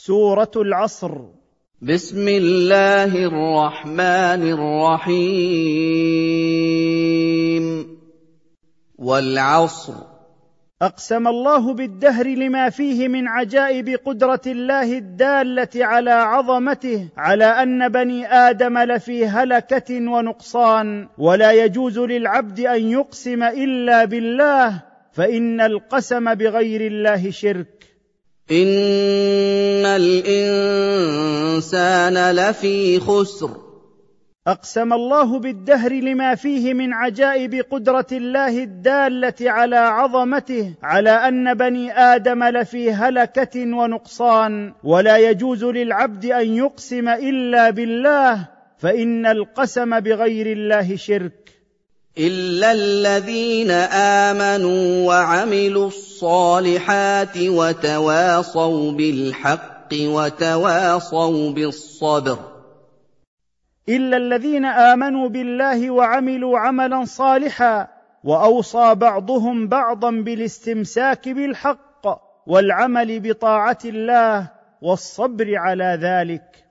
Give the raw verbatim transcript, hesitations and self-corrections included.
سورة العصر. بسم الله الرحمن الرحيم. والعصر. أقسم الله بالدهر لما فيه من عجائب قدرة الله الدالة على عظمته على أن بني آدم لفي هلكة ونقصان، ولا يجوز للعبد أن يقسم إلا بالله، فإن القسم بغير الله شرك. إن الإنسان لفي خسر. أقسم الله بالدهر لما فيه من عجائب قدرة الله الدالة على عظمته على أن بني آدم لفي هلكة ونقصان، ولا يجوز للعبد أن يقسم إلا بالله، فإن القسم بغير الله شرك. إلا الذين آمنوا وعملوا الصالحات وتواصوا بالحق وتواصوا بالصبر. إلا الذين آمنوا بالله وعملوا عملا صالحا، وأوصى بعضهم بعضا بالاستمساك بالحق والعمل بطاعة الله والصبر على ذلك.